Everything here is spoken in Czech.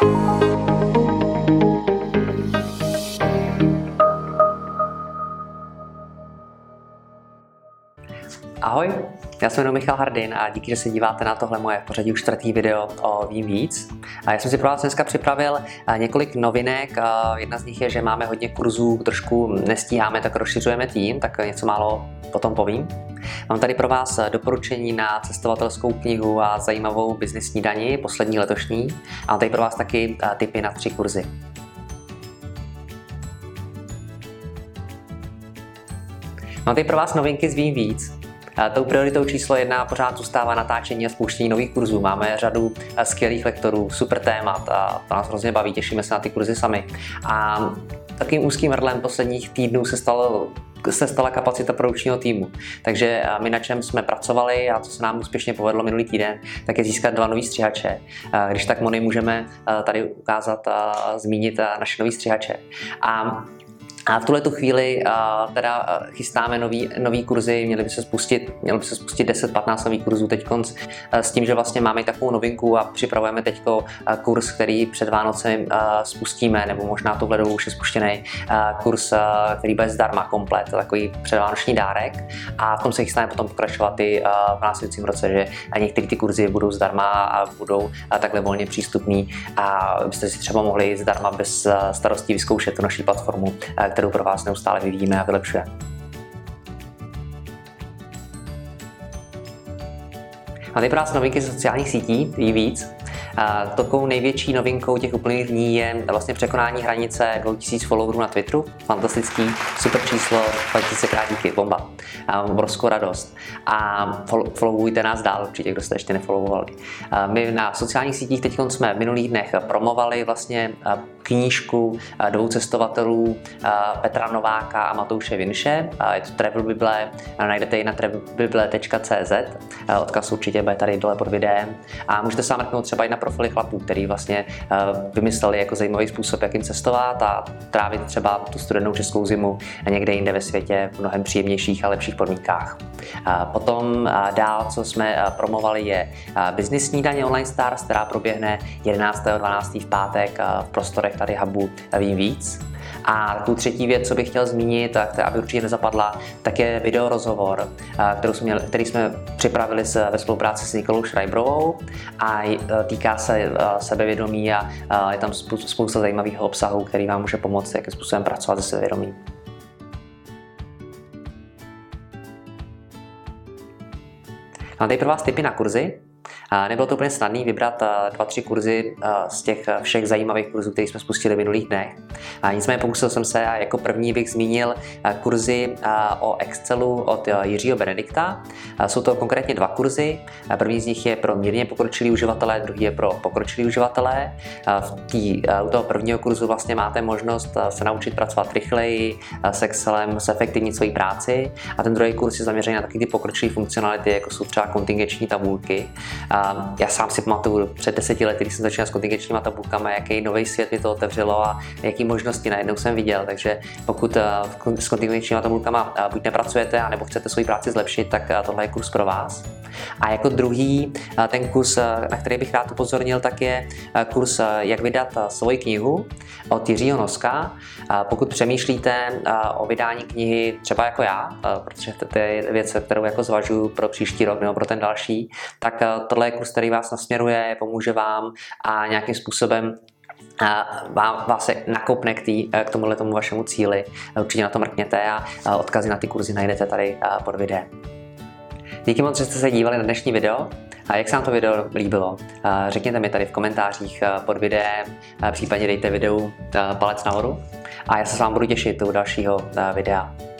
Ahoj, já se jmenuji Michal Hardin a díky, že se díváte na tohle moje v pořadí už čtvrtý video o Vím víc. A já jsem si pro vás dneska připravil několik novinek. Jedna z nich je, že máme hodně kurzů, trošku nestíháme, tak rozšiřujeme tým, tak něco málo potom povím. Mám tady pro vás doporučení na cestovatelskou knihu a zajímavou business snídani, poslední letošní. A mám tady pro vás taky tipy na 3 kurzy. Mám tady pro vás novinky z Vím víc. Tou prioritou číslo 1 pořád zůstává natáčení a spouštění nových kurzů. Máme řadu skvělých lektorů, super témat a to nás hrozně baví, těšíme se na ty kurzy sami. A takovým úzkým hrdlem posledních týdnů se stala kapacita produkčního týmu. Takže my, na čem jsme pracovali a co se nám úspěšně povedlo minulý týden, tak je získat 2 nový střihače. Když tak, Moni, můžeme tady ukázat a zmínit naše nový střihače. A v tuhletu chvíli teda chystáme nový kurzy, měli by se spustit 10-15 nových kurzů teďkonc s tím, že vlastně máme takovou novinku a připravujeme teďko kurz, který před Vánocem spustíme, nebo možná tohle dobou už je spuštěný kurz, který bude zdarma komplet, takový předvánoční dárek a v tom se chystáme potom pokračovat i v následujícím roce, že některé ty kurzy budou zdarma a budou takhle volně přístupný a byste si třeba mohli zdarma bez starostí vyzkoušet tu naší platformu, kterou pro vás neustále vyvíjíme a vylepšujeme. Mám tady pro vás novinky ze sociálních sítí, Vím víc. Takovou největší novinkou těch úplných dní je vlastně překonání hranice 2000 followerů na Twitteru. Fantastický, super číslo, 2000krát díky, bomba. Obrovskou radost. A followujte nás dál, určitě, kdo jste ještě nefollowovali. My na sociálních sítích teď jsme v minulých dnech promovali vlastně knížku 2 cestovatelů, Petra Nováka a Matouše Vinše. Je to Travel Bible, najdete ji na travelbible.cz. Odkaz určitě bude tady dole pod videem. A můžete se mrknout třeba i na profily chlapů, který vlastně vymysleli jako zajímavý způsob, jak jim cestovat a trávit třeba tu studenou českou zimu někde jinde ve světě v mnohem příjemnějších a lepších podmínkách. Potom dál, co jsme promovali, je business snídaně Online Stars, která proběhne 11.12. v pátek v prostorech tady hubu Vím víc. A takovou třetí věc, co bych chtěl zmínit, aby určitě nezapadla, tak je videorozhovor, který jsme připravili ve spolupráci s Nikolou Schreiberovou a týká se sebevědomí a je tam spousta zajímavého obsahu, který vám může pomoct, jakým způsobem pracovat se sebevědomím. Mám tady pro vás tipy na kurzy. Nebylo to úplně snadné vybrat 2-3 kurzy z těch všech zajímavých kurzů, které jsme spustili v minulých dnech. Nicméně pokusil jsem se a jako první bych zmínil kurzy o Excelu od Jiřího Benedikta. Jsou to konkrétně 2 kurzy. První z nich je pro mírně pokročilí uživatelé, druhý je pro pokročilí uživatelé. U toho prvního kurzu vlastně máte možnost se naučit pracovat rychleji, s Excelem, zefektivnit svoji práci. A ten druhý kurz je zaměřený na taky ty pokročilé funkcionality, jako jsou třeba kontingenční tabulky. Já sám si pamatuju před 10 lety, když jsem začal s kontingenčníma tabulkami, jaký nový svět mi to otevřelo a jaký možnosti najednou jsem viděl. Takže pokud s kontingenčníma tabulkama buď nepracujete, anebo chcete svoji práci zlepšit, tak tohle je kurz pro vás. A jako druhý, ten kurz, na který bych rád upozornil, tak je kurz Jak vydat svoji knihu od Jiřího Noska. Pokud přemýšlíte o vydání knihy třeba jako já, protože to je věc, kterou jako zvažuji pro příští rok nebo pro ten další, tak tohle je kurz, který vás nasměruje, pomůže vám a nějakým způsobem vás se nakopne k tomu vašemu cíli. Určitě na to mrkněte a odkazy na ty kurzy najdete tady pod videem. Díky moc, že jste se dívali na dnešní video. A jak se vám to video líbilo? Řekněte mi tady v komentářích pod videem, případně dejte videu palec nahoru a já se s vámi budu těšit u dalšího videa.